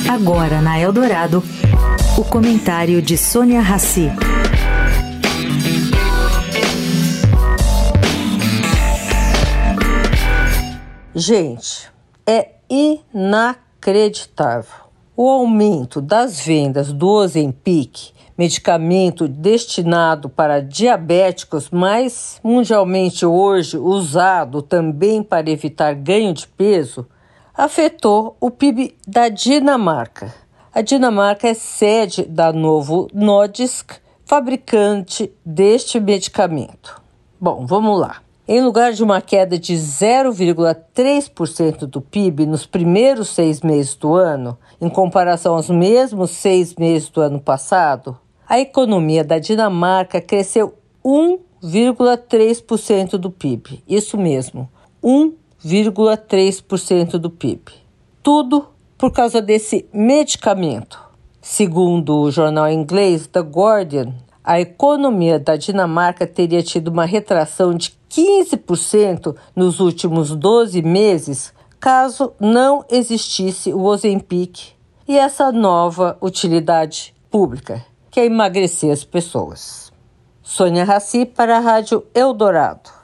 Agora na Eldorado, o comentário de Sônia Rassi. Gente, é inacreditável. O aumento das vendas do Ozempic, medicamento destinado para diabéticos, mas mundialmente hoje usado também para evitar ganho de peso, afetou o PIB da Dinamarca. A Dinamarca é sede da Novo Nordisk, fabricante deste medicamento. Bom, vamos lá. Em lugar de uma queda de 0,3% do PIB nos primeiros 6 meses do ano, em comparação aos mesmos 6 meses do ano passado, a economia da Dinamarca cresceu 1,3% do PIB. Isso mesmo, 1,3% do PIB. Tudo por causa desse medicamento. Segundo o jornal inglês The Guardian, a economia da Dinamarca teria tido uma retração de 15% nos últimos 12 meses, caso não existisse o Ozempic e essa nova utilidade pública, que é emagrecer as pessoas. Sônia Rassi para a Rádio Eldorado.